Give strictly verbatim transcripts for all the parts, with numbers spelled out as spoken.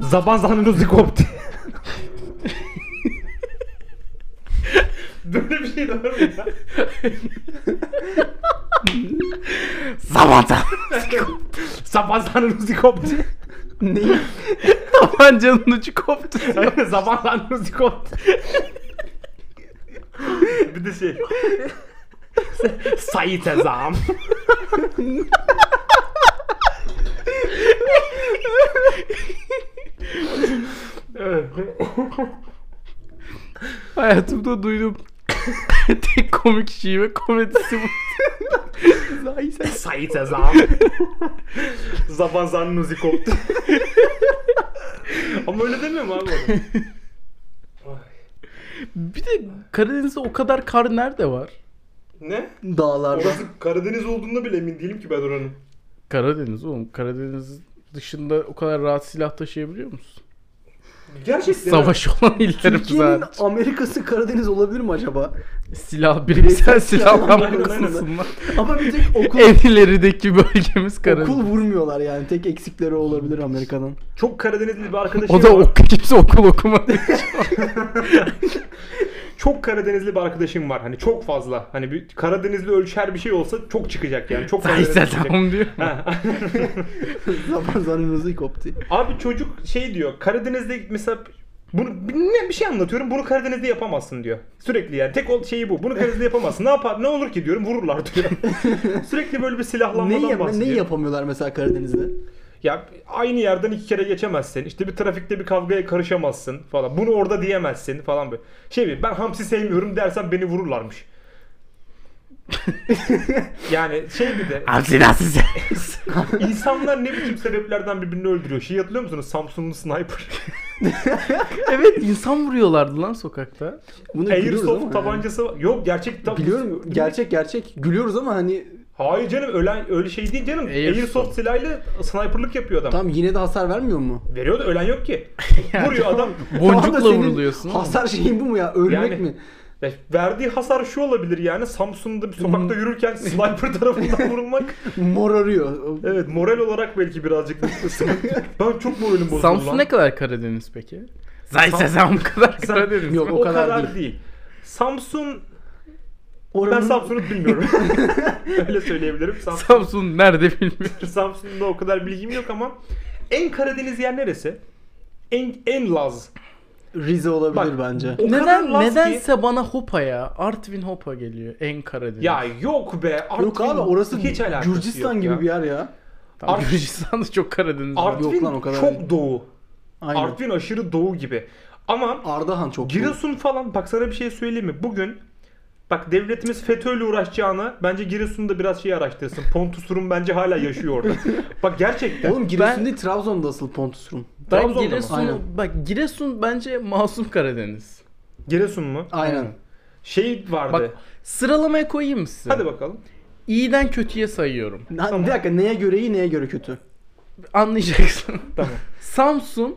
Zaman zannunuzu koptu. Böyle bir şey de var mı ya? Zaman Zaman zannunuzu koptu. Ne? Tabancanın ucu koptu. Zaman zannunuzu koptu. Bir de şey. Sayı tezam. Hayatımda duyduğum tek komik şive komedisi bu. Sayı tezam. Zaman zannunuzu koptu. Ama öyle demiyor mu abi onu? Bir de Karadeniz'de o kadar kar nerede var? Ne? Dağlarda. Orası Karadeniz olduğunda bile emin değilim ki ben oranın. Karadeniz oğlum. Karadeniz dışında o kadar rahat silah taşıyabiliyor musun? Gerçekten. Savaş olan illerim Türkiye'nin zaten. Amerika'sı Karadeniz olabilir mi acaba? Silah, bireysel silahlanma Aynen, aynen. kısmından. Ama bir tek okul En ilerideki bölgemiz Karadeniz. okul vurmuyorlar yani. Tek eksikleri olabilir Amerika'nın. Çok Karadenizli bir arkadaşım O da var. ok, kimse okul okumadı. Çok Karadenizli bir arkadaşım var. Hani çok fazla. Hani bir Karadenizli ölçer bir şey olsa çok çıkacak yani. Çok Karadenizli Sayısal çıkacak. tamam diyor. Ha. Zaman zanınızı koptu. Abi çocuk şey diyor. Karadeniz'de mesela bunu ne bir şey anlatıyorum. Bunu Karadeniz'de yapamazsın diyor. Sürekli yani. Tek ol şeyi bu. Bunu Karadeniz'de yapamazsın. Ne yapar? Ne olur ki diyorum. Vururlar diyor. Sürekli böyle bir silahlanmadan Neyi, bahsediyor. neyi yapamıyorlar mesela Karadeniz'de? Ya aynı yerden iki kere geçemezsin. İşte bir trafikte bir kavgaya karışamazsın falan. Bunu orada diyemezsin falan böyle. Şey mi? Ben hamsi sevmiyorum dersen beni vururlarmış. Yani şey bir de Hamsi nasıl sen? insanlar ne biçim sebeplerden birbirini öldürüyor. Şey hatırlıyor musunuz? Samsunlu sniper. Evet, insan vuruyorlardı lan sokakta. Bunu gülüyoruz Airsoft ama tabancası var. Yok gerçek tab- Biliyorum gerçek gerçek. Gülüyoruz ama hani Hayır canım ölen öyle şey değil canım. Airsoft. Airsoft, silahıyla sniperlık yapıyor adam. tam yine de hasar vermiyor mu? Veriyor da ölen yok ki. Vuruyor adam. Tamam da Boncukla senin vuruluyorsun. Hasar şeyin bu mu ya? Ölmek Yani- mi? Ya verdiği hasar şu olabilir yani Samsun'da bir sokakta yürürken sniper tarafından vurulmak. Mor arıyor. Evet moral olarak belki birazcık sıkıntı. Ben çok moralim bozuldu Samsun lan. ne kadar Karadeniz peki? Zaysesam kadar Sam- Karadeniz. Yok, O, o kadar, kadar değil. değil. Samsun ben Oranın Samsun'u bilmiyorum. Öyle söyleyebilirim. Samsun, Samsun nerede bilmiyorum. Samsun'da o kadar bilgim yok ama en Karadeniz yer neresi? En en Laz. Rize olabilir Bak, bence. o kadar Neden Laz ki- nedense bana Hopa ya, Artvin Hopa geliyor en Karadeniz. Ya yok be. Artvin, Yok abi orası hiç alakası Gürcistan yok gibi ya. bir yer ya. Tamam, Art- Gürcistan da çok Karadeniz. Artvin Yok lan, o kadar çok değil. doğu. Aynen. Artvin aşırı doğu gibi. Ama Ardahan çok Giresun falan bak sana bir şey söyleyeyim mi? Bugün bak devletimiz FETÖ'yle uğraşacağına bence Giresun'da biraz şey araştırsın. Pontus Rum bence hala yaşıyor orada. Bak gerçekten. Oğlum Giresun Ben- değil Trabzon'da asıl Pontus Rum. Ben Trabzon'da mı? Giresun, Aynen. bak Giresun bence masum Karadeniz. Giresun mu? Aynen. Şey vardı. Bak sıralamaya koyayım mı size? Hadi bakalım. İyiden kötüye sayıyorum. Ha, Tamam. Bir dakika neye göre iyi neye göre kötü? Anlayacaksın. Tamam. Samsun,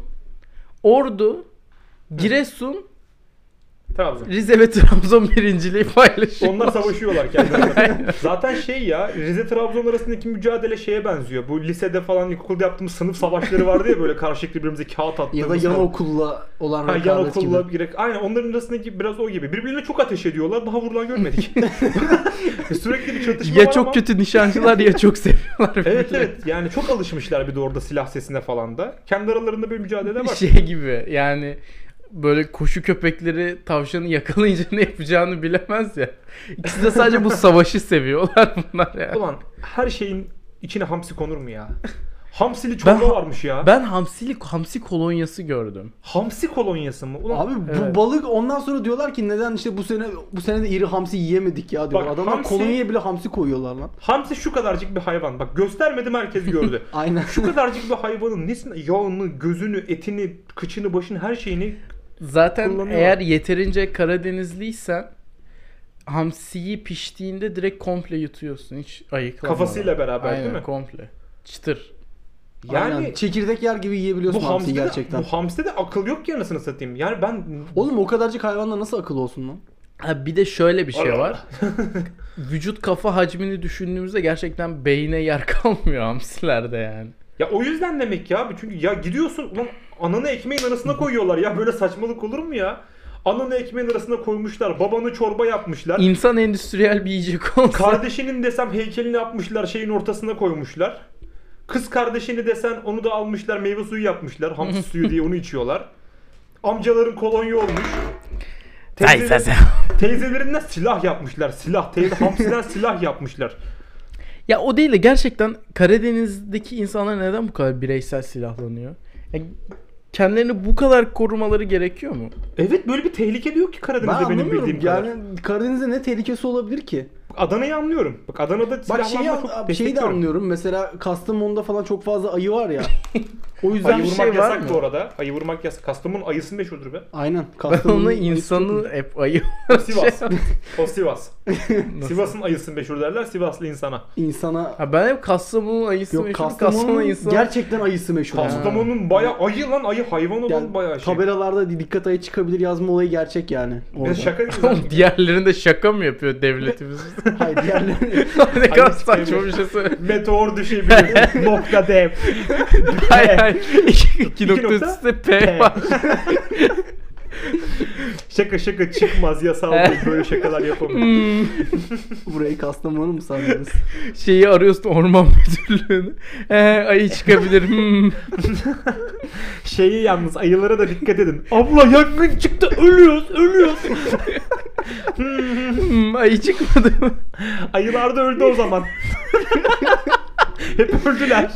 Ordu, Giresun, Trabzon. Rize ve Trabzon birinciliği paylaşıyor. Onlar savaşıyorlar kendilerine. Zaten şey ya Rize Trabzon arasındaki mücadele şeye benziyor. Bu lisede falan ilkokulda yaptığımız sınıf savaşları vardı ya böyle karşılıklı birbirimize kağıt attığımız. Ya da yan falan. okulla olan Ha, yan rekabet okulla gibi. gerek. Aynen onların arasındaki biraz o gibi. Birbirlerine çok ateş ediyorlar. Daha vurulan görmedik. Sürekli bir çatışma Ya var çok ama- kötü nişancılar ya çok seviyorlar. Evet birbirlerini. evet yani çok alışmışlar bir de orada silah sesine falan da. Kendi aralarında bir mücadele var. Şey gibi yani böyle koşu köpekleri tavşanı yakalayınca ne yapacağını bilemez ya. İkisi de sadece bu savaşı seviyorlar bunlar ya. Ulan her şeyin içine hamsi konur mu ya? Hamsili çorba Ben- varmış ya. Ben hamsili hamsi kolonyası gördüm. Hamsi kolonyası mı? Ulan Abi bu Evet. balık ondan sonra diyorlar ki neden işte bu sene bu sene de iri hamsi yiyemedik ya diyorlar. Bak, Adamlar hamsi- kolonyaya bile hamsi koyuyorlar lan. hamsi şu kadarcık bir hayvan. Bak göstermedim herkes gördü. Aynen. Şu kadarcık bir hayvanın nesine yağını, gözünü, etini, kıçını, başını her şeyini Zaten Kullanıyorlar. eğer yeterince Karadenizliysen hamsiyi piştiğinde direkt komple yutuyorsun hiç ayıklamadan. Kafasıyla beraber, Aynen, değil mi? komple. Çıtır. yani Aynen. Çekirdek yer gibi yiyebiliyorsun bu hamsi hamside, gerçekten. bu hamside de akıl yok ki anasını satayım. Yani ben Oğlum o kadarcık hayvanla nasıl akıl olsun lan? Ha, bir de şöyle bir şey Allah var. Vücut kafa hacmini düşündüğümüzde gerçekten beyne yer kalmıyor hamsilerde yani. Ya o yüzden demek ki abi. Çünkü ya gidiyorsun ulan ananı ekmeğin arasına koyuyorlar ya. Böyle saçmalık olur mu ya? Ananı ekmeğin arasına koymuşlar. Babanı çorba yapmışlar. İnsan endüstriyel bir yiyecek olsa. Kardeşinin desem heykelini yapmışlar. Şeyin ortasına koymuşlar. Kız kardeşini desen onu da almışlar. Meyve suyu yapmışlar. Hamsi suyu diye onu içiyorlar. Amcaların kolonya olmuş. Teyzeler, teyzelerinden silah yapmışlar. Silah. Teyze hamsiden silah yapmışlar. Ya o değil de gerçekten Karadeniz'deki insanlar neden bu kadar bireysel silahlanıyor? Ya kendilerini bu kadar korumaları gerekiyor mu? Evet, böyle bir tehlike de yok ki Ben Karadeniz'de benim anlamıyorum bildiğim kadar. yani Karadeniz'de ne tehlikesi olabilir ki? Adana'yı anlıyorum. Bak Adana'da Bak silahlanma şeyi, çok şeyi de destekliyorum. anlıyorum. Mesela Kastamonu'da falan çok fazla ayı var ya. O yüzden Ayı bir vurmak şey var yasak mı? bu arada. Ayı vurmak yasak. Kastamonu ayısı meşhurdur be. Aynen. Ben Kastamonu'nun onu ayısı çok insanı iyi. hep ayı. O Sivas. O Sivas. Sivas'ın ayısı meşhur derler Sivaslı insana. İnsana Ha ben hep Kastamonu'nun ayısı yok meşhur. Kastamonu Kastamonu'nun insanı. gerçekten ayısı meşhur. Ha. Kastamonu'nun bayağı ayı lan, ayı hayvan olan Yani bayağı şey. tabelalarda dikkat ayı çıkabilir yazma olayı gerçek yani. Ve Orada. şaka değil Oğlum lan. diğerlerinde şaka mı yapıyor devletimiz? Hayır diğerleri. Ne kadar Ayı saçma çıkıyor. bir şey söyle. Meteor düşebilir. Nokta dev. Hayır hayır. İki, iki nokta nokta üstte P var. Şaka şaka çıkmaz, yasal değil, böyle şakalar yapamam. Hmm. Burayı Kastamonu mu sandınız? Şeyi arıyorsun orman müdürlüğünü. Ee, ayı çıkabilir. Hmm. Şeyi yalnız ayılara da dikkat edin. Abla yangın çıktı, ölüyoruz ölüyoruz. Hmm, ayı çıkmadı mı? Ayılar da öldü o zaman. Hep öldüler.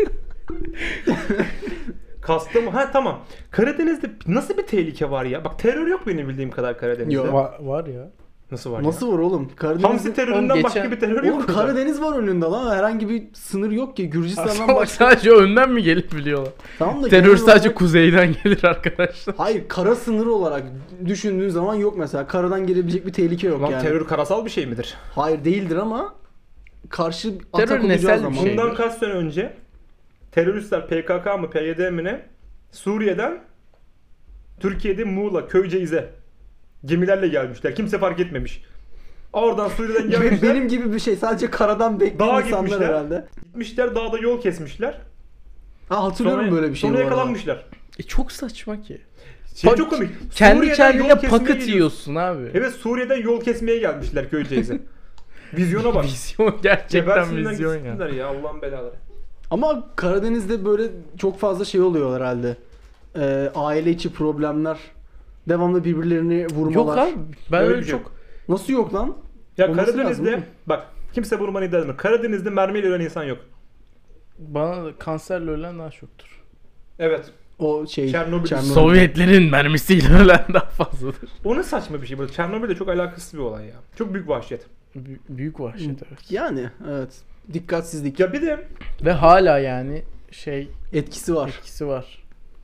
Kastamonu. Ha tamam. Karadeniz'de nasıl bir tehlike var ya? Bak terör yok benim bildiğim kadar Karadeniz'de. Yok. Var, var ya. Nasıl var Nasıl ya? var oğlum? Karadeniz'de... Hamsi teröründen Oğlum başka geçen- bir terör Oğlum yok. burada. Karadeniz var önünde lan. Herhangi bir sınır yok ki. Gürcistan'dan Aslında başka. sadece önden mi gelip biliyorlar? Tamam da Terör genel sadece olarak- kuzeyden gelir arkadaşlar. Hayır, kara sınırı olarak düşündüğün zaman yok mesela. Karadan gelebilecek bir tehlike yok Lan yani. terör karasal bir şey midir? Hayır değildir ama karşı Terör atak nesel olacağı bir zaman. şey. Bundan kaç sene önce teröristler P K K mı P Y D mi ne Suriye'den Türkiye'de Muğla, Köyceğiz'e gemilerle gelmişler. Kimse fark etmemiş. Oradan Suriye'den gelmişler. Benim gibi bir şey. Sadece karadan bekleyen Dağa insanlar gitmişler. herhalde. Gitmişler dağda yol kesmişler. Ha, hatırlıyorum Sonra, böyle bir şey. sonra bu arada. yakalanmışlar. E çok saçma ki. Şey Bak, çok komik. Kendi Suriye'den kendine yol kesmeye paket gidiyorsun. yiyorsun abi. Evet, Suriye'den yol kesmeye gelmişler Köyceğiz'e. Vizyona bak. Vizyon gerçekten Gebersinler vizyon ya. gitsinler ya Allah'ın belaları. Ama Karadeniz'de böyle çok fazla şey oluyor herhalde. Ee, aile içi problemler. Devamlı birbirlerini Yok vurmalar. abi ben Öyle öyle bir şey çok Nasıl yok lan? Ya Olması lazım, Karadeniz'de değil mi? bak kimse vurmanı iddia etmiyor. Karadeniz'de mermiyle ölen insan yok. bana da kanserle ölen daha çoktur. Evet. O şey Çernobil. Sovyetlerin mermisiyle ölen daha fazladır. O ne saçma bir şey bu. Çernobil de çok alakasız bir olay ya. Çok büyük vahşet. Bü- büyük vahşet evet. Yani evet. Dikkatsizlik Ya bir de Ve hala yani şey etkisi var. etkisi var.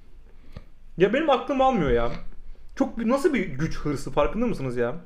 ya benim aklım almıyor ya. Çok bir- nasıl bir güç hırsı farkında mısınız ya?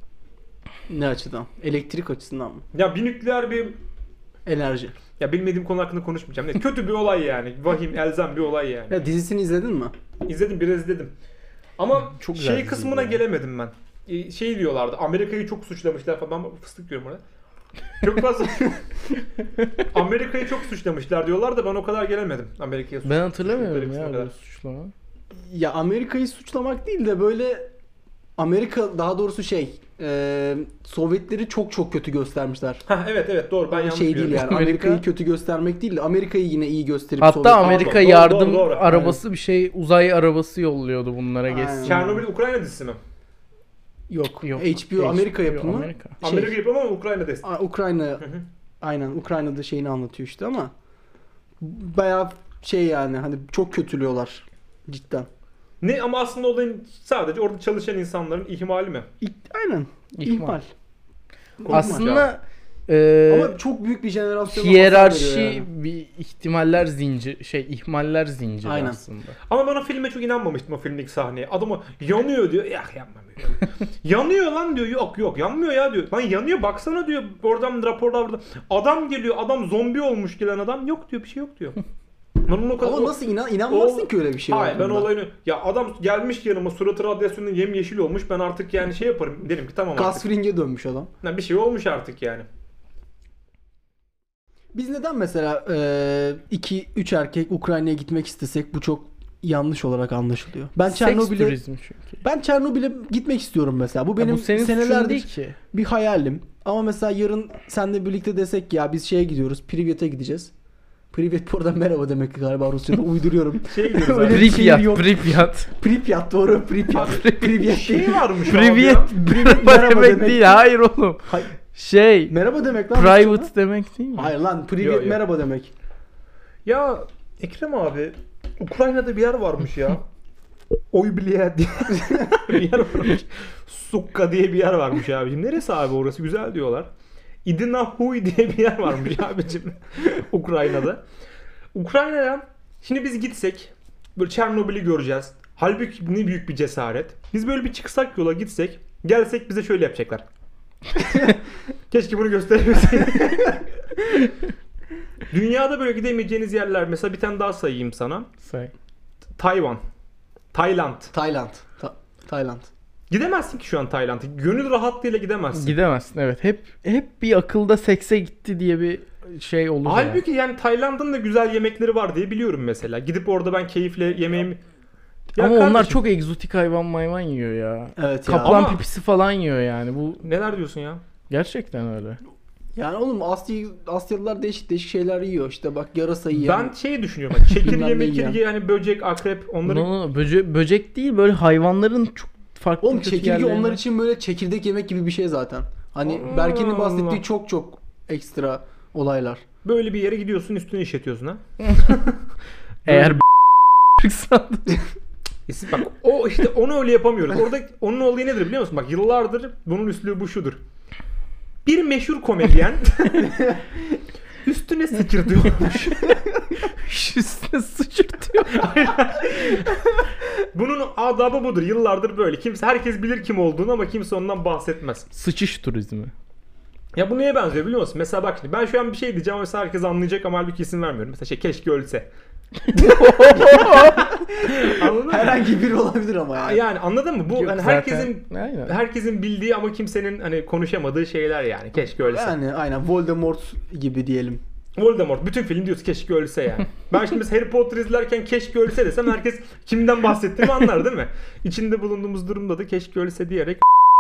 Ne açıdan? Elektrik açısından mı? Ya bir nükleer bir Enerji. ya bilmediğim konu hakkında konuşmayacağım. Ne kötü bir olay yani. Vahim, elzem bir olay yani. Ya dizisini izledin mi? İzledim, biraz izledim. Ama Çok güzel şey diziydi kısmına ya. gelemedim ben. Ee, Şey diyorlardı. Amerika'yı çok suçlamışlar falan. Ben fıstık diyorum orada. Çok fazla Amerika'yı çok suçlamışlar diyorlar da ben o kadar gelemedim Amerika'ya suç- Ben hatırlamıyorum suçladıkları ya kısmına böyle kadar. suçlama. Ya Amerika'yı suçlamak değil de böyle Amerika daha doğrusu şey e, Sovyetleri çok çok kötü göstermişler. Ha evet evet doğru ben Ama yanlış şey değil biliyorum. yani Amerika- Amerika'yı kötü göstermek değil de Amerika'yı yine iyi gösterip Hatta Sovyet- Amerika Doğru, doğru, yardım doğru. arabası bir şey uzay arabası yolluyordu bunlara Aynen. geçsin. Çernobil Ukrayna dizisi mi? Yok. Yok. H B O Amerika H B O yapımı. Amerika. Şey, Amerika yapımı ama Ukrayna destek. a- Ukrayna Hı hı. aynen Ukrayna'da şeyini anlatıyor işte ama bayağı şey yani hani çok kötülüyorlar cidden. Ne ama aslında olayın sadece orada çalışan insanların ihmali mi? İ- aynen. İhmal. İhmal. Aslında e, Ama çok büyük bir jenerasyona hiyerarşi hasar veriyor yani. bir ihtimaller zincir şey ihmaller zinciri Aynen. aslında. Ama ben o filme çok inanmamıştım, o filmdeki sahneye. Adamı yanıyor diyor. Ya yanmıyor. Yanıyor lan diyor. Yok yok yanmıyor ya diyor. Lan yanıyor baksana diyor. Oradan raporlar burada. Adam geliyor. Adam zombi olmuş gelen adam. Yok diyor, bir şey yok diyor. Ben onu o kadar... Ama nasıl inan inanmazsın O- ki öyle bir şey Hayır ben olduğunda. olayını... Ya adam gelmiş yanıma, suratı radyasyonun yemyeşil olmuş. Ben artık yani şey yaparım. Derim ki tamam artık. Gasfring'e dönmüş adam. Yani bir şey olmuş artık yani. Biz neden mesela iki üç erkek Ukrayna'ya gitmek istesek bu çok yanlış olarak anlaşılıyor. Ben Seks Çernobil'e turizmi çünkü. ben Çernobil'e gitmek istiyorum mesela. Bu Ya benim bu senin suçun senelerdir değil ki. bir hayalim. Ama mesela yarın seninle birlikte desek ki ya biz şeye gidiyoruz. Privyet'e gideceğiz. Privyet burada merhaba demek ki galiba Rusya'da uyduruyorum. Şey gidiyoruz Öyle abi. bir şehir Pripyat, yok. Pripyat. Pripyat doğru Pripyat. Privyet Şey değil. varmış abi Privyet ya. merhaba merhaba demek demek değil. değil. Hayır oğlum. Hay- Şey, merhaba demek lan. private Rusya'da. demek değil mi? Hayır lan Yo, Privyet yo. merhaba demek. Ya Ekrem abi, Ukrayna'da bir yer varmış ya. Oybilye diye bir yer varmış. Sukka diye bir yer varmış abicim. Neresi abi orası? Güzel diyorlar. İdinahuy diye bir yer varmış abicim. Ukrayna'da. Ukrayna'ya şimdi biz gitsek böyle Çernobil'i göreceğiz. Halbuki ne büyük bir cesaret. Biz böyle bir çıksak yola gitsek, gelsek bize şöyle yapacaklar. Keşke bunu gösterebilseydim. Dünyada böyle gidemeyeceğiniz yerler, mesela bir tane daha sayayım sana. Say. Tayvan. Tayland. Tayland. Ta- Tayland. Gidemezsin ki şu an Tayland'a. Gönül rahatlığıyla gidemezsin. Gidemezsin evet. Hep hep bir akılda sekse gitti diye bir şey olur. yani. Halbuki yani Tayland'ın da güzel yemekleri var diye biliyorum mesela. Gidip orada ben keyifle yemeğimi... Ya Ama onlar kardeşim, çok egzotik hayvan mayvan yiyor ya. Evet ya. Kaplan Ama- pipisi falan yiyor yani. Bu Neler diyorsun ya? gerçekten öyle. Yani oğlum Asya, Asyalılar değişik değişik şeyler yiyor. İşte bak yarasa yiyen. Ben şeyi düşünüyorum. Bak, çekirge, Bilmem ne mekirge, yiyen. yani böcek, akrep onları... No, no, no. Böce- böcek değil böyle hayvanların çok farklı Oğlum kötü çekirge yerlerine- onlar için böyle çekirdek yemek gibi bir şey zaten. Hani Allah Berke'nin Allah. bahsettiği çok çok ekstra olaylar. Böyle bir yere gidiyorsun, üstüne işletiyorsun ha. Eğer sandın. E siz bak o işte onu öyle yapamıyoruz. Orada onun olayı nedir biliyor musun? Bak yıllardır bunun üslubu şudur. Bir meşhur komedyen üstüne sıçırtıyormuş. üstüne sıçırtıyor. Bunun adabı budur. Yıllardır böyle. Kimse herkes bilir kim olduğunu ama kimse ondan bahsetmez. Sıçış turizmi. Ya bu neye benziyor biliyor musun? Mesela bak şimdi ben şu an bir şey diyeceğim ama mesela herkes anlayacak ama halbuki isim vermiyorum. Mesela şey keşke ölse. Anladın mı? Herhangi biri olabilir ama yani. Yani anladın mı? Bu Yok, hani zaten- herkesin Aynen. herkesin bildiği ama kimsenin hani konuşamadığı şeyler yani. Keşke ölse. Yani aynen Voldemort gibi diyelim. Voldemort. Bütün film diyoruz keşke ölse yani. Ben şimdi mesela Harry Potter izlerken keşke ölse desem herkes kimden bahsettiğimi anlar değil mi? İçinde bulunduğumuz durumda da keşke ölse diyerek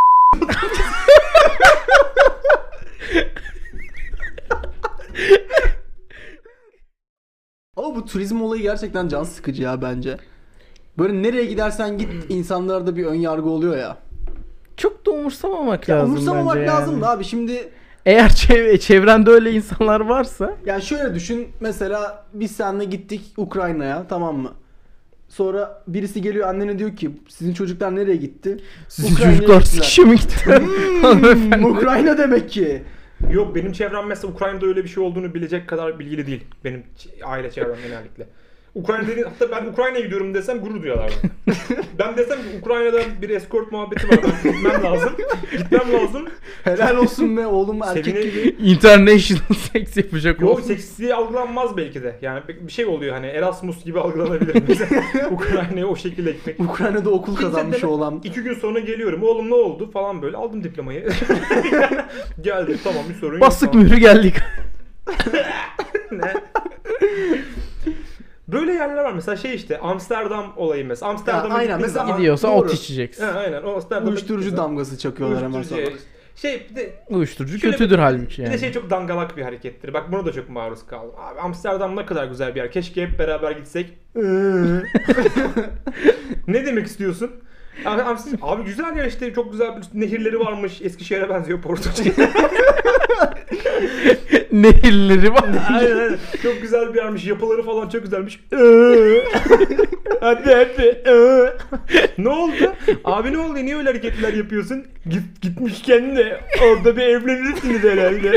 Ama bu turizm olayı gerçekten can sıkıcı ya bence. Böyle nereye gidersen git insanlarda bir ön yargı oluyor ya. Çok da umursamamak Ya lazım umursamamak bence lazım yani. da abi şimdi Eğer çev- çevrende öyle insanlar varsa yani şöyle düşün mesela biz seninle gittik Ukrayna'ya tamam mı? Sonra birisi geliyor annene diyor ki sizin çocuklar nereye gitti? sizin Ukrayna'ya çocuklar gittiler. sıkışa mı gitti? Hmm, Hanımefendi. Ukrayna demek ki. yok benim çevrem mesela Ukrayna'da öyle bir şey olduğunu bilecek kadar bilgili değil. Benim ç- aile çevrem genellikle. Ukrayna dediğin, hatta ben Ukrayna'ya gidiyorum desem gurur duyarlar bana. Ben desem ki Ukrayna'da bir escort muhabbeti var. Ben gitmem lazım. Gitmem lazım. Helal olsun be oğlum erkek Sevine- gibi. International seks yapacak Yok olsun. seksi algılanmaz belki de. Yani bir şey oluyor hani Erasmus gibi algılanabilir mesela. Ukrayna'ya o şekilde gitmek. Ukrayna'da okul Kimse kazanmış de- olan. İki gün sonra geliyorum. Oğlum ne oldu falan böyle. Aldım diplomayı. Geldim tamam bir sorun yok. Bastık falan. mührü geldik. Ne? Böyle yerler var. Mesela şey işte Amsterdam olayı mesela. Amsterdam'a Ya, aynen. gittiğin Mesela zaman... Gidiyorsan doğru. ot içeceksin. Ha, aynen. O Amsterdam'a Uyuşturucu gittiğin zaman- damgası çakıyorlar hemen sonra. Uyuşturucu- Şey bir de, Uyuşturucu Şöyle kötüdür bir- halbuki bir yani. de şey çok dangalak bir harekettir. Bak buna da çok maruz kaldım. Abi Amsterdam ne kadar güzel bir yer. Keşke hep beraber gitsek. Ne demek istiyorsun? Abi, Amsterdam- abi güzel yer işte çok güzel bir nehirleri varmış. Eskişehir'e benziyor Portoç'a. Nehirleri var. Aynen aynen. Çok güzel bir yermiş. Yapıları falan çok güzelmiş. hadi hadi. Ne oldu? Abi ne oldu? Niye öyle hareketler yapıyorsun? Git, gitmişken de orada bir evlenirsiniz herhalde.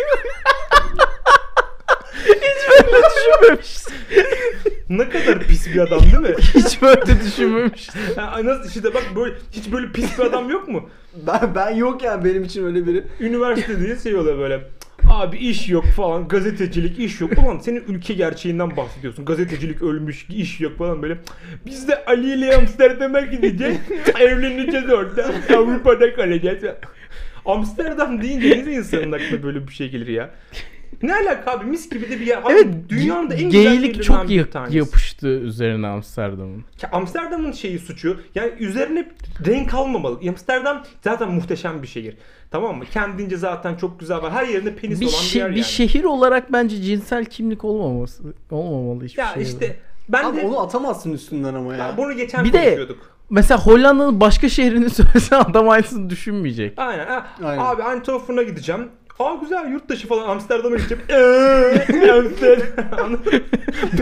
Hiç böyle düşünmemiştim. Ne kadar pis bir adam değil mi? Hiç böyle düşünmemiştim. Ha, nasıl işte bak böyle hiç böyle pis bir adam yok mu? Ben, ben yok yani benim için öyle biri. Üniversitede şey oluyor böyle. Abi iş yok falan, gazetecilik iş yok. Ulan senin ülke gerçeğinden bahsediyorsun. Gazetecilik ölmüş, iş yok falan böyle. Biz de Ali ile Amsterdam'a gideceğiz. Evleneceğiz orada. Avrupa'da kalacağız. Amsterdam deyince nasıl insanın aklına böyle bir şey gelir ya? Ne alaka abi, mis gibi de bir yer. Abi, Evet, dünyanın da en güzel geylik şehirlerinden çok bir ya- tanesi. yapıştı üzerine Amsterdam'ın. Ki Amsterdam'ın şeyi suçu, yani üzerine renk almamalı. Amsterdam zaten muhteşem bir şehir. Tamam mı? Kendince zaten çok güzel var. Her yerinde penis Bir, olan şe- bir yer bir yani. şehir olarak bence cinsel kimlik olmaması olmamalı hiçbir Ya şehirde. işte ben Abi de onu atamazsın üstünden ama ya. ya bunu geçen Bir de- konuşuyorduk. Mesela Hollanda'nın başka şehrini söylesen adam aynısını düşünmeyecek. Aynen. Ha, Aynen. Abi Eindhoven'a gideceğim. Aa güzel, yurt dışı falan, Amsterdam'a gideceğim. Eee, Amsterdam. Anladın mı?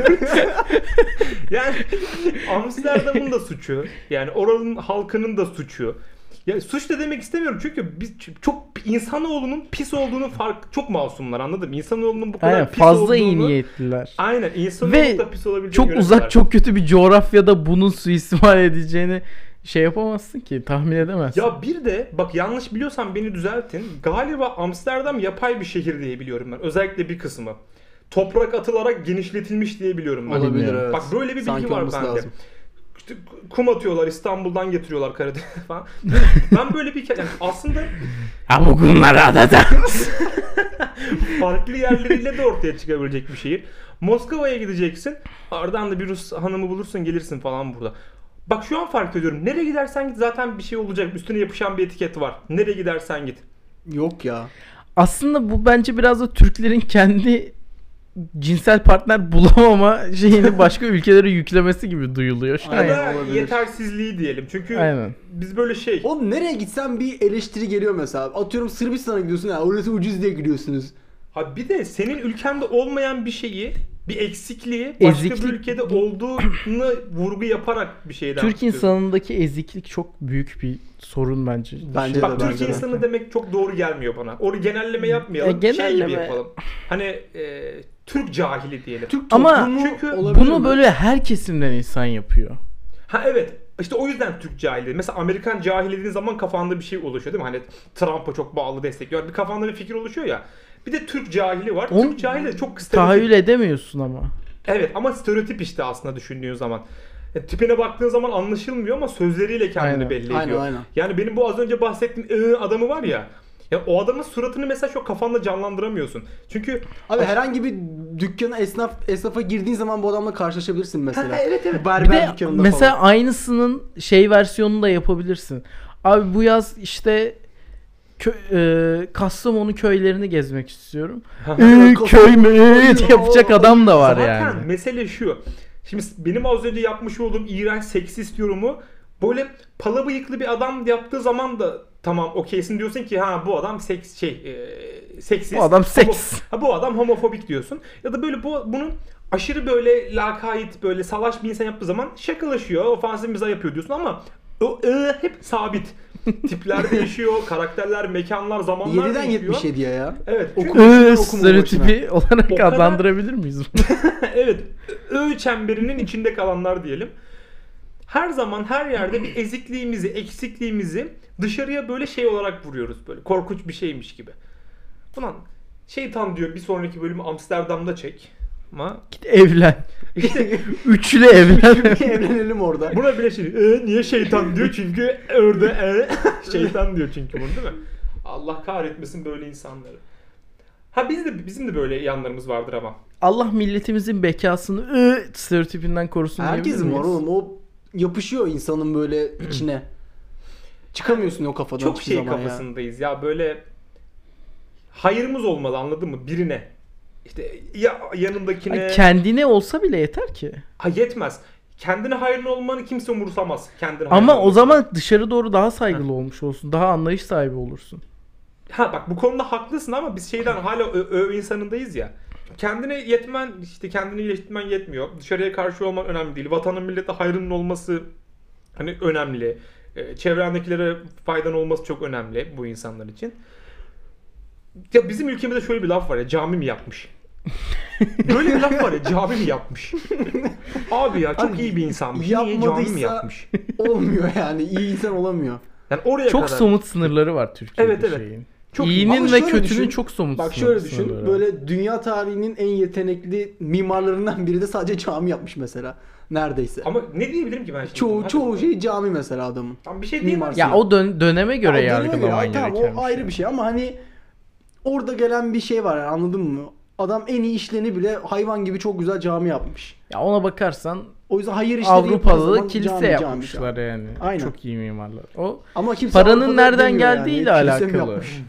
Yani Amsterdam'ın da suçu. Yani oranın halkının da suçu. Ya suç da demek istemiyorum çünkü biz çok insanoğlunun pis olduğunu fark çok masumlar, anladın mı? İnsanoğlunun bu kadar Aynen, pis fazla olduğunu. iyi niyetliler. Aynen, insanoğlu Ve da pis olabileceğini Çok görüyorlar. uzak, çok kötü bir coğrafyada bunun suistimal edeceğini şey yapamazsın ki, tahmin edemezsin. Ya bir de bak, yanlış biliyorsam beni düzeltin. Galiba Amsterdam yapay bir şehir diye biliyorum ben. Özellikle bir kısmı. Toprak atılarak genişletilmiş diye biliyorum ben. Olabilir, bilmiyorum. evet. Bak böyle bir bilgi Sanki var olması bende. lazım. İşte kum atıyorlar, İstanbul'dan getiriyorlar Karadeniz'e falan. Ben böyle bir yani aslında Ha bugünlere adada. farklı yerleriyle de ortaya çıkabilecek bir şehir. Moskova'ya gideceksin. Ardından da bir Rus hanımı bulursun, gelirsin falan burada. Bak şu an fark ediyorum. Nereye gidersen git zaten bir şey olacak. Üstüne yapışan bir etiket var. Nereye gidersen git. Yok ya. Aslında bu bence biraz da Türklerin kendi cinsel partner bulamama şeyini başka ülkelere yüklemesi gibi duyuluyor şu an. Ya Aynen, da olabilir. yetersizliği diyelim. Çünkü Aynen. biz böyle şey... Oğlum nereye gitsen bir eleştiri geliyor mesela. Atıyorum Sırbistan'a gidiyorsun ya, orası ucuz diye gidiyorsunuz. Ha bir de senin ülkende olmayan bir şeyi, bir eksikliği başka Eziklik- bir ülkede olduğunu vurgu yaparak bir şeyden Türk tutuyorsun. insanındaki eziklik çok büyük bir sorun bence. Bence de, Bak Türk bence de. insanı demek çok doğru gelmiyor bana. Onu genelleme yapmayalım. E, genelleme. Şey gibi yapalım. Hani e, Türk cahili diyelim. Türk Ama toplumu çünkü olabilir Bunu mi? böyle her kesimden insan yapıyor. Ha evet. İşte o yüzden Türk cahili. Mesela Amerikan cahili dediğin zaman kafanda bir şey oluşuyor değil mi? Hani Trump'a çok bağlı destekliyor. Bir kafanda bir fikir oluşuyor ya. Bir de Türk cahili var. Onu Türk cahili de çok Tahayyül stereotip. edemiyorsun ama. Evet ama stereotip işte aslında düşündüğün zaman. E, tipine baktığın zaman anlaşılmıyor ama sözleriyle kendini Aynen. belli ediyor. Aynen, aynen. Yani benim bu az önce bahsettiğim ıı adamı var ya. Ya o adamın suratını mesela şu kafanda canlandıramıyorsun. Çünkü Abi herhangi bir dükkana, esnaf esnafa girdiğin zaman bu adamla karşılaşabilirsin mesela. Ha, evet, evet. Bir Berber de dükkanında mesela falan. aynısının şey versiyonunu da yapabilirsin. Abi bu yaz işte kö, e, Kastamonu köylerini gezmek istiyorum. Ee, köy mü ee, diye yapacak adam da var zaten yani. mesele şu. Şimdi benim az önce yapmış olduğum iğrenç seksist yorumu böyle pala bıyıklı bir adam yaptığı zaman da tamam okeysin, diyorsun ki ha bu adam seks şey e, seksist. Bu adam seks. Homo- ha, bu adam homofobik diyorsun. Ya da böyle bu bunun aşırı böyle lakayt böyle salaş bir insan yaptığı zaman şakalaşıyor, ofansif mizah yapıyor diyorsun ama o ı, hep sabit. Tipler değişiyor, karakterler, mekanlar, zamanlar yediden değişiyor. yetmişe diye ya. Evet. Çünkü, Okul- Ee, okuma stereotipi olarak O kadar- adlandırabilir miyiz bunu? evet. Ö çemberinin içinde kalanlar diyelim. Her zaman her yerde bir ezikliğimizi, eksikliğimizi dışarıya böyle şey olarak vuruyoruz böyle. Korkunç bir şeymiş gibi. Ulan şeytan diyor bir sonraki bölümü Amsterdam'da çek. Ama Git evlen. işte Üçlü evlen. Bir evlenelim orada. buna bile şey e, niye şeytan diyor çünkü orada e, şeytan diyor çünkü bunu değil mi? Allah kahretmesin böyle insanları. Ha biz de bizim de böyle yanlarımız vardır ama. Allah milletimizin bekasını ı, stereotipinden korusun diyebilir Herkesin var miyiz? oğlum. O yapışıyor insanın böyle içine. Çıkamıyorsun o kafadan Çok hiçbir şey zaman ya. kafasındayız ya böyle hayırımız olmalı, anladın mı? Birine. İşte ya yanındakine Ay, kendine olsa bile yeter ki. ha, yetmez. Kendine hayırlı olmanı kimse umursamaz. Kendine Ama hayırlı o zaman olmanı. dışarı doğru daha saygılı olmuş olsun. Daha anlayış sahibi olursun. Ha bak bu konuda haklısın ama biz şeyden hala ö, ö insanındayız ya. Kendine yetmen, işte kendini iyileştirmen yetmiyor. Dışarıya karşı olman önemli değil. Vatanın millete hayrının olması hani önemli. Ee, çevrendekilere faydan olması çok önemli bu insanlar için. Ya bizim ülkemizde şöyle bir laf var ya, cami mi yapmış? Böyle bir laf var ya, cami mi yapmış? Abi ya çok Abi, iyi bir insanmış. Niye cami mi yapmadıysa- yapmış? Olmuyor yani. İyi insan olamıyor. Yani oraya Çok kadar. somut sınırları var Türkiye'de Evet, evet. şeyin. Çok- İyinin Ama ve şöyle kötünün düşün, çok somut Bak sınır- şöyle düşün. sınırları var. Böyle dünya tarihinin en yetenekli mimarlarından biri de sadece cami yapmış mesela. Neredeyse. Ama ne diyebilirim ki ben şimdi? çoğu Hadi çoğu bakalım. şey cami mesela adamın. Tam bir şey diyemem. Mimar Ya o dön- döneme göre Ya o döneme göre, yargılaman ay tamam, gereken o ayrı bir şey ama hani orada gelen bir şey var yani, anladın mı? Adam en iyi işlerini bile hayvan gibi çok güzel cami yapmış. Ya ona bakarsan O yüzden hayır işleri yapıldığı Avrupalı zaman kilise cami, cami, yapmışlar cami. yani. Aynen. Çok iyi mimarlar. O Ama kimse paranın Avrupa'da nereden demiyor geldiğiyle yani. Kilise mi alakalı. yapmış?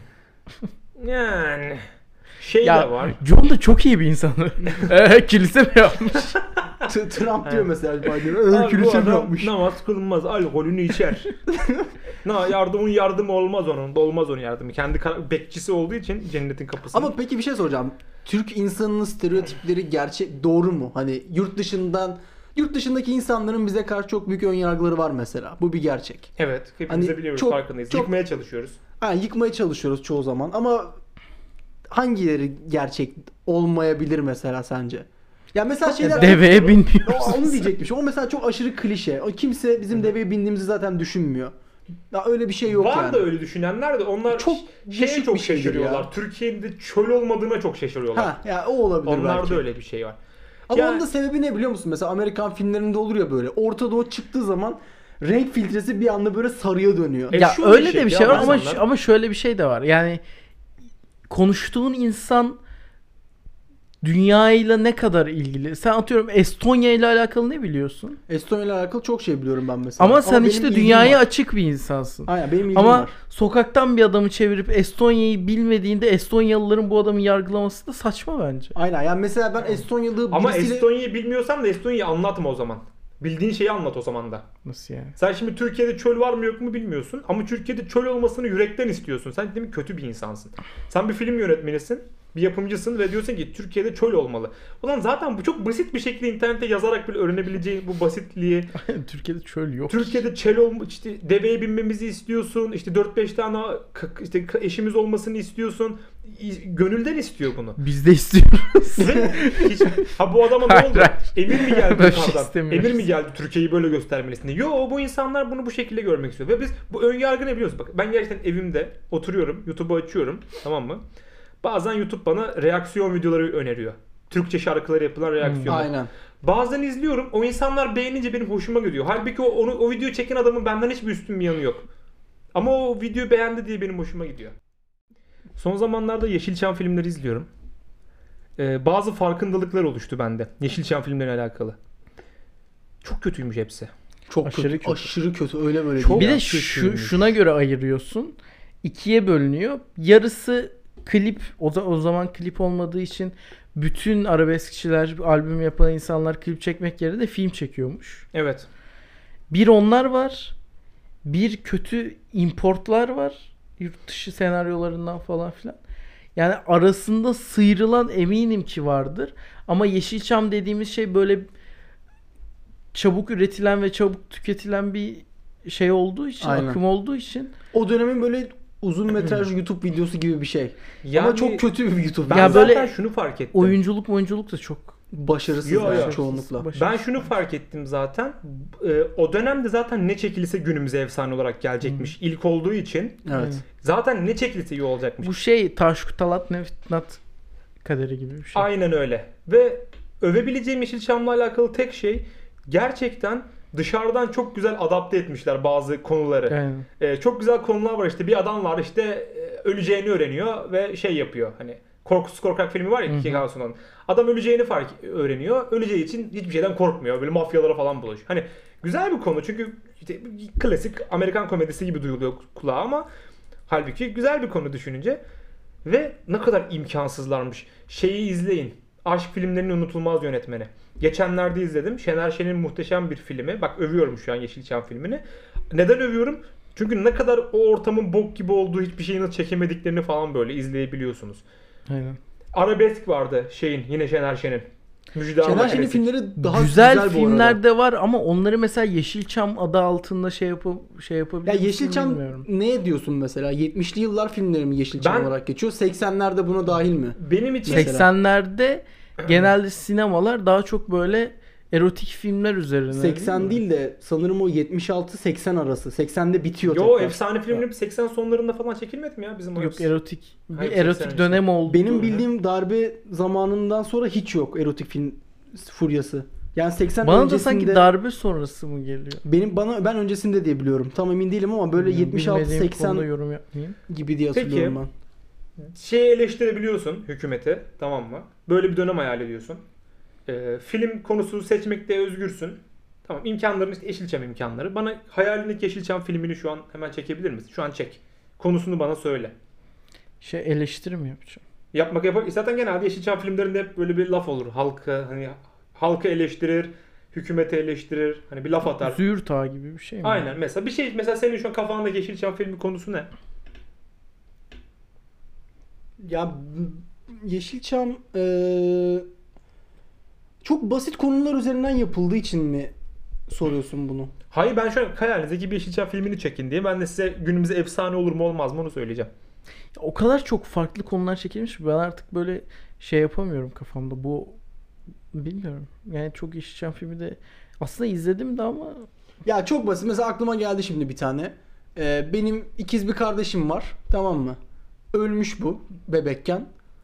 Yani şey de Ya var. John da çok iyi bir insan. Eee kilise mi yapmış? T- Trump diyor mesela Biden. Abi "Ee, bu kilise mi adam yapmış?" namaz kılmaz, alkolünü içer. Na yardımın yardımı olmaz onun, da olmaz onun yardımı. Kendi kar- bekçisi olduğu için cennetin kapısı. Ama peki bir şey soracağım. Türk insanının stereotipleri gerçek doğru mu? Hani yurt dışından yurt dışındaki insanların bize karşı çok büyük ön yargıları var mesela. Bu bir gerçek. evet, hepimiz de Hani biliyoruz, çok- farkındayız. çok- Yıkmaya çalışıyoruz. Ha, yıkmaya çalışıyoruz çoğu zaman ama hangileri gerçek olmayabilir mesela sence? Ya mesela şeyler Deveye O- binmiyorsun. onu diyecekmiş. O mesela çok aşırı klişe. O kimse bizim deveye bindiğimizi zaten düşünmüyor. Ya öyle bir şey yok Var yani. da öyle düşünenler de onlar Çok şeye değişik çok bir şeydir şaşırıyorlar. ya. Türkiye'de çöl olmadığına çok şaşırıyorlar. Ha ya o olabilir Onlarda belki. öyle bir şey var. Ama Ya- onun da sebebi ne biliyor musun? Mesela Amerikan filmlerinde olur ya böyle. Orta Doğu çıktığı zaman renk filtresi bir anda böyle sarıya dönüyor. E, Ya şu öyle de şey bir ya, şey var ama insanlar- ş- ama şöyle bir şey de var. Yani konuştuğun insan dünyayla ne kadar ilgili? Sen atıyorum Estonya ile alakalı ne biliyorsun? Estonya ile alakalı çok şey biliyorum ben mesela. Ama sen benim işte ilgim dünyaya var. açık bir insansın. Aynen benim ilgim Ama var. sokaktan bir adamı çevirip Estonya'yı bilmediğinde Estonyalıların bu adamı yargılaması da saçma bence. Aynen yani mesela ben Estonyalı Ama birisiyle... Estonya'yı bilmiyorsan da Estonya'yı anlatma o zaman. Bildiğin şeyi anlat o zaman da. Nasıl yani? Sen şimdi Türkiye'de çöl var mı yok mu bilmiyorsun ama Türkiye'de çöl olmasını yürekten istiyorsun. Sen demek kötü bir insansın. Sen bir film yönetmenisin, bir yapımcısın ve diyorsun ki Türkiye'de çöl olmalı. Ulan zaten bu çok basit bir şekilde internette yazarak bile öğrenebileceğin bu basitliği. Türkiye'de çöl yok. Türkiye'de çöl olma, işte deveye binmemizi istiyorsun. İşte dört beş tane k- işte k- eşimiz olmasını istiyorsun. İ- Gönülden istiyor bunu. Biz de istiyoruz. Ve hiç, ha bu adama ne Hayır, oldu? hayır. Emir mi geldi Böyle bir şey yukarıdan? istemiyoruz. Emir mi geldi Türkiye'yi böyle göstermelisin diye. Yo, bu insanlar bunu bu şekilde görmek istiyor. Ve biz bu ön yargı ne biliyoruz? Bak ben gerçekten evimde oturuyorum. YouTube'u açıyorum. Tamam mı? Bazen YouTube bana reaksiyon videoları öneriyor. Türkçe şarkılara yapılan reaksiyonlar. Aynen. Bazen izliyorum. O insanlar beğenince benim hoşuma gidiyor. Halbuki o, onu, o videoyu çeken adamın benden hiçbir üstün bir yanı yok. Ama o videoyu beğendi diye benim hoşuma gidiyor. Son zamanlarda Yeşilçam filmleri izliyorum. Ee, bazı farkındalıklar oluştu bende. Yeşilçam filmlerine alakalı. Çok kötüymüş hepsi. Çok Aşırı kötü. kötü. Aşırı kötü. Öyle böyle Çok- değil. Bir ya. de şu, kötüymüş. şuna göre ayırıyorsun. İkiye bölünüyor. Yarısı klip. O, za- o zaman klip olmadığı için bütün arabeskçiler, albüm yapan insanlar klip çekmek yerine de film çekiyormuş. Evet. Bir onlar var. Bir kötü importlar var. Yurt dışı senaryolarından falan filan. Yani arasında sıyrılan eminim ki vardır. Ama Yeşilçam dediğimiz şey böyle çabuk üretilen ve çabuk tüketilen bir şey olduğu için, Aynen. akım olduğu için. O dönemin böyle uzun metraj YouTube videosu gibi bir şey. Yani Ama çok kötü bir YouTube. Ben Ya zaten böyle şunu fark ettim. Oyunculuk oyunculuk da çok Başarısız Yo, yani yo. çoğunlukla. Başarısız. Ben şunu fark ettim zaten. Ee, o dönemde zaten ne çekilse günümüze efsane olarak gelecekmiş. İlk olduğu için. Evet. Zaten ne çekilse iyi olacakmış. Bu şey Taşkut Talat Nevnat kaderi gibi bir şey. Aynen öyle. Ve övebileceğim Yeşilçam'la alakalı tek şey gerçekten dışarıdan çok güzel adapte etmişler bazı konuları. Aynen. Ee, çok güzel konular var işte. Bir adam var işte e, öleceğini öğreniyor ve şey yapıyor. Hani Korkusuz Korkak filmi var ya Hı hı. Kemal Sunal'ın. Adam öleceğini fark öğreniyor. Öleceği için hiçbir şeyden korkmuyor. Böyle mafyalara falan bulaşıyor. Hani güzel bir konu çünkü işte klasik Amerikan komedisi gibi duyuluyor kulağa ama halbuki güzel bir konu düşününce. Ve ne kadar imkansızlarmış. Şeyi izleyin. Aşk filmlerinin unutulmaz yönetmeni. Geçenlerde izledim. Şener Şen'in muhteşem bir filmi. Bak övüyorum şu an Yeşilçam filmini. Neden övüyorum? Çünkü ne kadar o ortamın bok gibi olduğu, hiçbir şeyi nasıl çekemediklerini falan böyle izleyebiliyorsunuz. Aynen. Arabesk vardı şeyin, yine Şener Şen'in. Müjde Şener Arma Şen'in Klasik. filmleri daha güzel, güzel, bu filmler arada. de var ama onları mesela Yeşilçam adı altında şey yapıp şey yapabilir Ya misin Yeşilçam bilmiyorum. ne diyorsun mesela? yetmişli yıllar filmleri mi Yeşilçam Ben- olarak geçiyor? seksenlerde buna dahil mi? Benim için Mesela. seksenlerde genelde sinemalar daha çok böyle erotik filmler üzerine. seksen değil mi? değil de sanırım o yetmiş altı seksen arası. seksende bitiyor Yo, tekrar. efsane filmleri seksen sonlarında falan çekilmedi mi ya bizim o Yok hepsi? erotik bir Hayır, erotik seksen dönem oldu. Benim bildiğim darbe zamanından sonra hiç yok erotik film furyası. Yani seksen Bana da öncesinde sanki darbe sonrası mı geliyor? benim bana ben öncesinde diye biliyorum. Tam emin değilim ama böyle yetmiş altı Bilmediğim seksen konuda yorum yapmayayım. gibi diye Peki. hatırlıyorum ben. şeyi eleştirebiliyorsun hükümeti, tamam mı? Böyle bir dönem hayal ediyorsun. Ee, film konusu seçmekte özgürsün. Tamam, imkanların işte Yeşilçam imkanları. Bana hayalindeki Yeşilçam filmini şu an hemen çekebilir misin? Şu an çek. Konusunu bana söyle. Şey eleştiri mi yapacağım? Yapmak yapar. Zaten genelde Yeşilçam filmlerinde hep böyle bir laf olur. Halkı hani halkı eleştirir, hükümeti eleştirir. Hani bir laf atar. Züğürt Ağa gibi bir şey mi? Aynen. Mesela bir şey, mesela senin şu an kafandaki Yeşilçam filmi konusu ne? Ya Yeşilçam eee çok basit konular üzerinden yapıldığı için mi soruyorsun bunu? Hayır, ben şu an hayalinizdeki bir Yeşilçam filmini çekin diye ben de size günümüzde efsane olur mu olmaz mı onu söyleyeceğim. O kadar çok farklı konular çekilmiş ki ben artık böyle şey yapamıyorum kafamda. Bu bilmiyorum. Yani çok Yeşilçam filmi de aslında izledim de ama Ya çok basit. Mesela aklıma geldi şimdi bir tane. Ee, benim ikiz bir kardeşim var. Tamam mı? Ölmüş bu bebekken.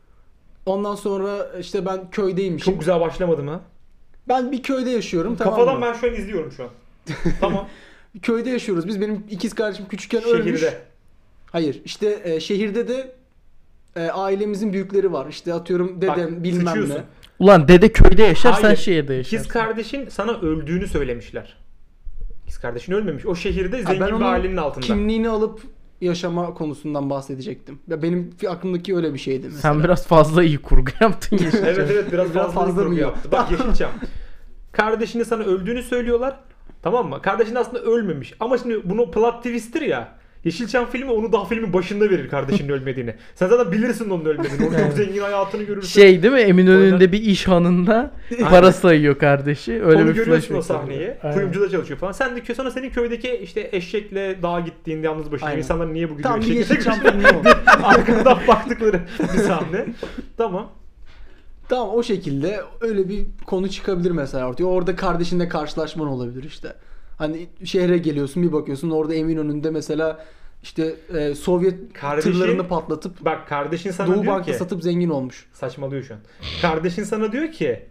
Ondan sonra işte ben köydeymişim. Çok güzel başlamadı mı? Ben bir köyde yaşıyorum. Tamam Kafadan mı? ben şu an izliyorum şu an. Tamam. Bir köyde yaşıyoruz. Biz benim ikiz kardeşim küçükken ölmüş. Şehirde. Hayır. İşte e, şehirde de e, ailemizin büyükleri var. İşte atıyorum dedem Bak, bilmem sıçıyorsun. ne. ulan dede köyde yaşar sen Hayır. şehirde yaşarsın. İkiz kardeşin sana öldüğünü söylemişler. İkiz kardeşin ölmemiş. O şehirde Ha, zengin ben bir onun ailenin altında. kimliğini alıp yaşama konusundan bahsedecektim. Ya benim aklımdaki öyle bir şeydi mesela. Sen biraz fazla iyi kurgu yaptın Yeşilçam. Evet evet biraz, Biraz fazla, fazla kurgu mı yaptı. Bak Yeşilçam. Kardeşinin sana öldüğünü söylüyorlar. Tamam mı? Kardeşin aslında ölmemiş. Ama şimdi bunu plot twist'tir ya. Yeşilçam filmi onu daha filmin başında verir kardeşinin ölmediğini. Sen zaten bilirsin onun ölmediğini. Onun çok zengin hayatını görürsün. Şey değil mi? Eminönü'nde Oradan- bir iş hanında para sayıyor kardeşi. Öyle Onu bir görüyorsun o flashback sahneyi. oluyor. Aynen. Kuyumcuda çalışıyor falan. Sen de sonra senin köydeki işte eşekle dağa gittiğinde yalnız başına Aynen. insanlar niye bu gidiyor Tam bir eşekle Yeşilçam tek filmi başına o. arkadan baktıkları bir sahne. Tamam. Tamam, o şekilde öyle bir konu çıkabilir mesela ortaya. Orada kardeşinle karşılaşman olabilir işte. Hani şehre geliyorsun, bir bakıyorsun orada Eminönü'nde mesela işte e, Sovyet Kardeşin- tırlarını patlatıp Bak kardeşin sana Doğu diyor Bank'ta ki satıp zengin olmuş. saçmalıyor şu an. Kardeşin sana diyor ki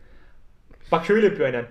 bak şöyle yapıyor aynen.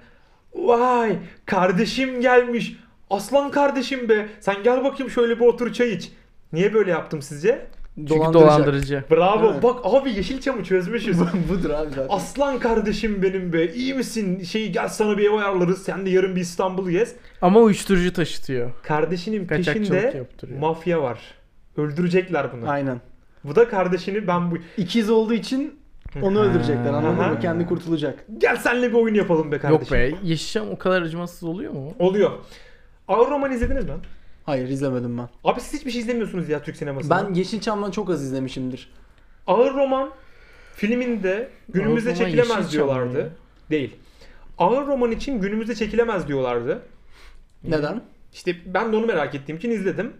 Vay kardeşim gelmiş. Aslan kardeşim be. Sen gel bakayım şöyle bir otur çay iç. Niye böyle yaptım sizce? Çünkü Dolandıracak. dolandırıcı. Bravo. Evet. Bak abi Yeşilçam'ı çözmüşüz. Budur abi zaten. Aslan kardeşim benim be. İyi misin? Şey gel sana bir ev ayarlarız. Sen de yarın bir İstanbul'u gez. Ama uyuşturucu taşıtıyor. Kardeşinin Kaçakçılık peşinde yaptırıyor. mafya var. Öldürecekler bunu. Aynen. Bu da kardeşini ben bu... İkiz olduğu için onu Ha. öldürecekler, anladın Aha. mı? Kendi kurtulacak. Gel seninle bir oyun yapalım be kardeşim. Yok be. Yeşilçam o kadar acımasız oluyor mu? Oluyor. Ağır Roman izlediniz mi? Hayır, izlemedim ben. Abi siz hiçbir şey izlemiyorsunuz ya Türk sinemasında. Ben Yeşilçam'dan çok az izlemişimdir. Ağır Roman filminde günümüzde Ağır Roman çekilemez Yeşilçam diyorlardı. ya. Değil. Ağır Roman için günümüzde çekilemez diyorlardı. Neden? İşte ben de onu merak ettiğim için izledim.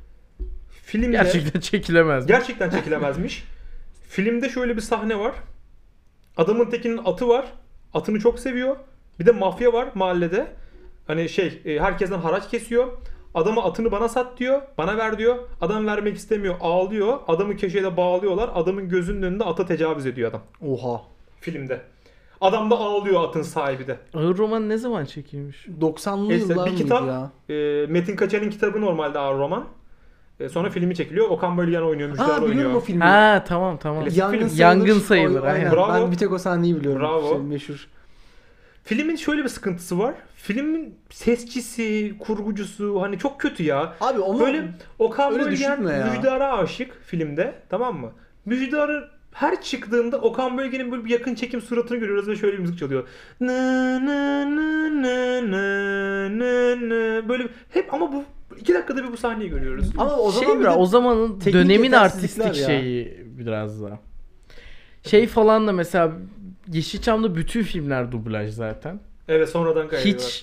Filmde Gerçekten çekilemez. gerçekten çekilemezmiş. Filmde şöyle bir sahne var. Adamın tekinin atı var. Atını çok seviyor. Bir de mafya var mahallede. Hani şey e, herkesten haraç kesiyor. Adama atını bana sat diyor. Bana ver diyor. Adam vermek istemiyor. Ağlıyor. Adamı köşede bağlıyorlar. Adamın gözünün önünde ata tecavüz ediyor adam. Oha. Filmde. Adam da ağlıyor atın sahibi de. Ağır Roman ne zaman çekilmiş? doksanlı Neyse, yıllar bir mıydı kitap ya? e, Metin Kaçar'ın kitabı normalde Ağır Roman. E, sonra filmi çekiliyor. Okan Bölgen oynuyor. Müjdat Ha, oynuyor. biliyorum o filmi. Ha tamam tamam. Klasik Yangın film. sayılır. Yangın sayılır, O- aynen. Bravo. Ben bir tek o sahneyi biliyorum. Bravo. Şey, meşhur. Filmin şöyle bir sıkıntısı var. Filmin sesçisi, kurgucusu hani çok kötü ya. Abi onu Böyle Okan öyle Bölgen düşünme ya. Müjdar'a aşık filmde, tamam mı? Müjdar'ı her çıktığında Okan Bölgen'in böyle bir yakın çekim suratını görüyoruz ve şöyle bir müzik çalıyor. Nı nı nı nı nı nı nı. Böyle hep ama bu iki dakikada bir bu sahneyi görüyoruz. ama o zaman şey bir biraz, de o zamanın teknik dönemin yetersizlikler artistik ya. şeyi biraz da. Şey falan da mesela Yeşilçam'da bütün filmler dublaj zaten. Evet sonradan kaydediyorlar. Hiç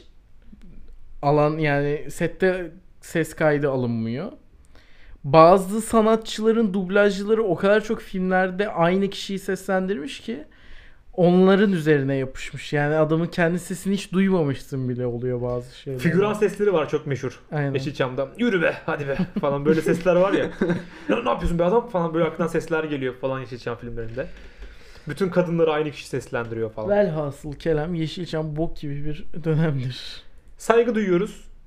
alan yani sette ses kaydı alınmıyor. Bazı sanatçıların dublajcıları o kadar çok filmlerde aynı kişiyi seslendirmiş ki onların üzerine yapışmış. Yani adamın kendi sesini hiç duymamışsın bile oluyor bazı şeyler. Figüran sesleri var çok meşhur. Aynen. Yeşilçam'da. Yürü be hadi be falan böyle sesler var ya. Ya ne yapıyorsun be adam falan böyle aklından sesler geliyor falan Yeşilçam filmlerinde. Bütün kadınları aynı kişi seslendiriyor falan. Velhasıl kelam Yeşilçam bok gibi bir dönemdir. Saygı duyuyoruz.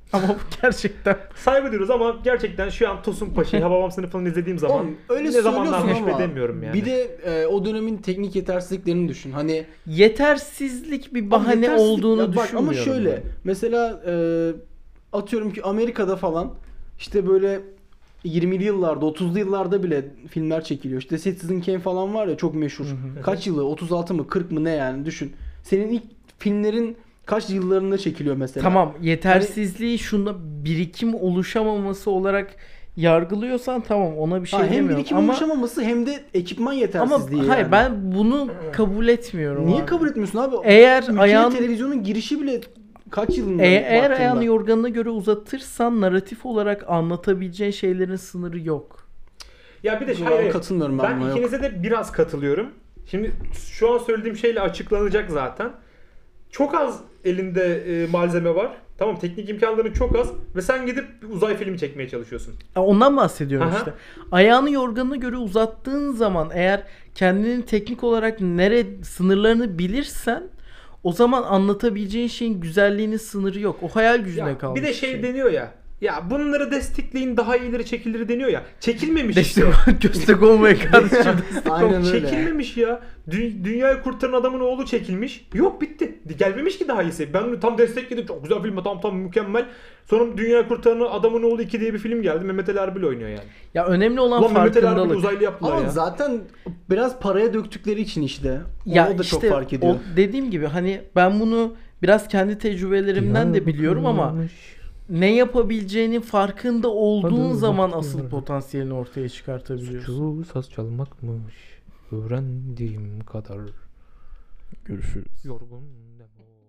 Ama bu gerçekten Saygı duyuyoruz ama gerçekten şu an Tosun Paşa'yı Hababam sınıfını izlediğim zaman Oğlum, öyle ne zamanlar söylüyorsun meşgul ama edemiyorum yani. bir de e, o dönemin teknik yetersizliklerini düşün. Hani yetersizlik bir bahane yetersizlik- olduğunu ya bak, düşünmüyorum. ama şöyle ben. mesela e, atıyorum ki Amerika'da falan işte böyle yirmili yıllarda otuzlu yıllarda bile filmler çekiliyor. İşte Citizen Kane falan var ya, çok meşhur. Kaç yılı? otuz altı mı kırk mı ne yani, düşün. Senin ilk filmlerin kaç yıllarında çekiliyor mesela? Tamam, yetersizliği şunda birikim oluşamaması olarak yargılıyorsan tamam, ona bir şey Ha, hem demiyorum birikim ama oluşamaması hem de ekipman ama yetersizliği hayır, yani. ben bunu kabul etmiyorum. Niye abi. kabul etmiyorsun abi? Eğer Ülkeye ayağın televizyonun girişi bile kaç yılında? E- eğer baktığında? ayağını yorganına göre uzatırsan narratif olarak anlatabileceğin şeylerin sınırı yok. Ya bir de Ben hayır, hayır. katılmıyorum ben Ben buna, yok. ikinize de biraz katılıyorum. Şimdi şu an söylediğim şeyle açıklanacak zaten. Çok az elinde e, malzeme var. Tamam, teknik imkanların çok az ve sen gidip bir uzay filmi çekmeye çalışıyorsun. Ya ondan bahsediyorum Aha. işte. Ayağını yorganına göre uzattığın zaman eğer kendinin teknik olarak nere sınırlarını bilirsen o zaman anlatabileceğin şeyin güzelliğinin sınırı yok. O hayal gücüne Ya, kalmış. bir de şey deniyor ya. Ya bunları destekleyin, daha iyileri çekilir deniyor ya. Çekilmemiş Destek, işte. köstek olmaya kardeşim. Aynen öyle. Çekilmemiş ya. Dü- dünyayı kurtaran adamın oğlu çekilmiş. Yok, bitti. Gelmemiş ki daha iyisi. Ben onu tam destekledim. Çok güzel film, tam tam mükemmel. Sonra dünyayı kurtaran adamın oğlu iki diye bir film geldi. Mehmet Ali Erbil oynuyor yani. Ya önemli olan Ulan Mehmet Ali Erbil farkındalık. uzaylı yaptılar Ama ya. zaten biraz paraya döktükleri için işte. Ya o da işte çok fark ediyor. o dediğim gibi hani ben bunu biraz kendi tecrübelerimden de biliyorum ama ne yapabileceğinin farkında olduğun Hadi zaman bakayım. asıl potansiyelini ortaya çıkartabiliyorsun. Suçu saz çalmakmış. Öğrendiğim kadar Görüşürüz. yorgun.